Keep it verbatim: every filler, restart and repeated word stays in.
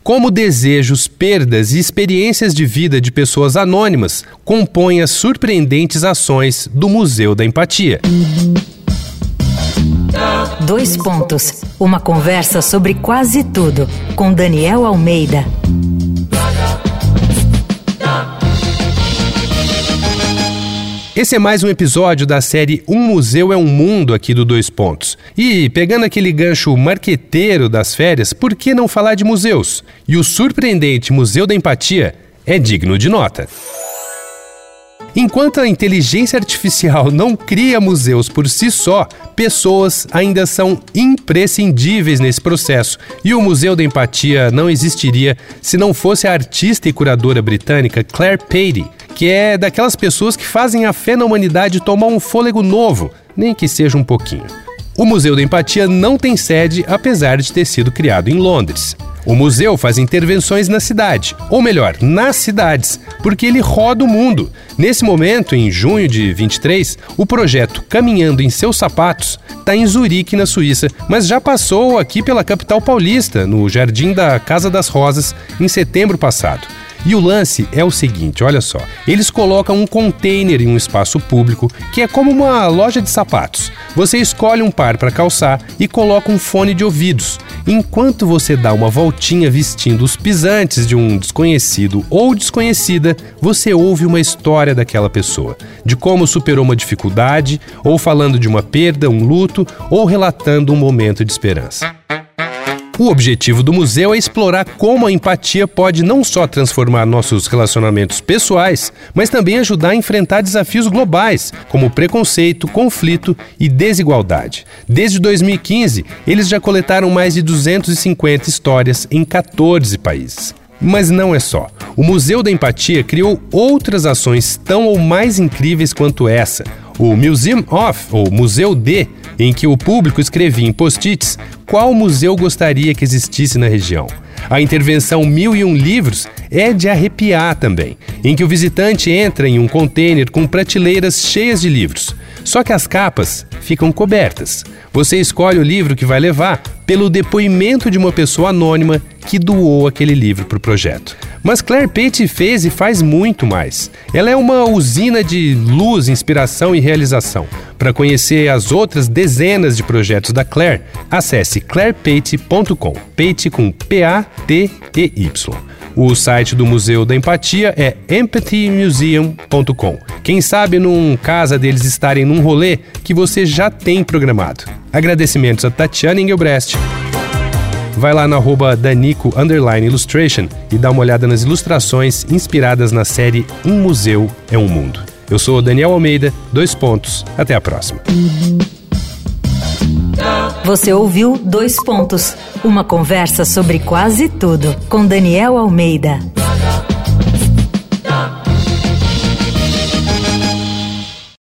como desejos, perdas e experiências de vida de pessoas anônimas compõem as surpreendentes ações do Museu da Empatia. Dois pontos. Uma conversa sobre quase tudo, com Daniel Almeida. Esse é mais um episódio da série Um Museu é um Mundo aqui do Dois Pontos. E, pegando aquele gancho marqueteiro das férias, por que não falar de museus? E o surpreendente Museu da Empatia é digno de nota. Enquanto a inteligência artificial não cria museus por si só, pessoas ainda são imprescindíveis nesse processo. E o Museu da Empatia não existiria se não fosse a artista e curadora britânica Claire Patey, que é daquelas pessoas que fazem a fé na humanidade tomar um fôlego novo, nem que seja um pouquinho. O Museu da Empatia não tem sede, apesar de ter sido criado em Londres. O museu faz intervenções na cidade, ou melhor, nas cidades, porque ele roda o mundo. Nesse momento, em junho de vinte e três, o projeto Caminhando em Seus Sapatos está em Zurique, na Suíça, mas já passou aqui pela capital paulista, no Jardim da Casa das Rosas, em setembro passado. E o lance é o seguinte, olha só, eles colocam um container em um espaço público que é como uma loja de sapatos. Você escolhe um par para calçar e coloca um fone de ouvidos. Enquanto você dá uma voltinha vestindo os pisantes de um desconhecido ou desconhecida, você ouve uma história daquela pessoa, de como superou uma dificuldade, ou falando de uma perda, um luto, ou relatando um momento de esperança. O objetivo do museu é explorar como a empatia pode não só transformar nossos relacionamentos pessoais, mas também ajudar a enfrentar desafios globais, como preconceito, conflito e desigualdade. Desde dois mil e quinze, eles já coletaram mais de duzentas e cinquenta histórias em catorze países. Mas não é só. O Museu da Empatia criou outras ações tão ou mais incríveis quanto essa. O Museum of, ou Museu de, em que o público escrevia em post-its qual museu gostaria que existisse na região. A intervenção Mil e Um Livros é de arrepiar também, em que o visitante entra em um container com prateleiras cheias de livros. Só que as capas ficam cobertas. Você escolhe o livro que vai levar pelo depoimento de uma pessoa anônima que doou aquele livro para o projeto. Mas Claire Patey fez e faz muito mais. Ela é uma usina de luz, inspiração e realização. Para conhecer as outras dezenas de projetos da Claire, acesse claire patey ponto com, Patey com P A T E Y. O site do Museu da Empatia é empathy museum ponto com. Quem sabe num casa deles estarem num rolê que você já tem programado. Agradecimentos a Tatiana Engelbrecht. Vai lá no arroba Danico underline illustration e dá uma olhada nas ilustrações inspiradas na série Um Museu é um Mundo. Eu sou o Daniel Almeida, dois pontos, até a próxima. Você ouviu Dois Pontos, uma conversa sobre quase tudo com Daniel Almeida.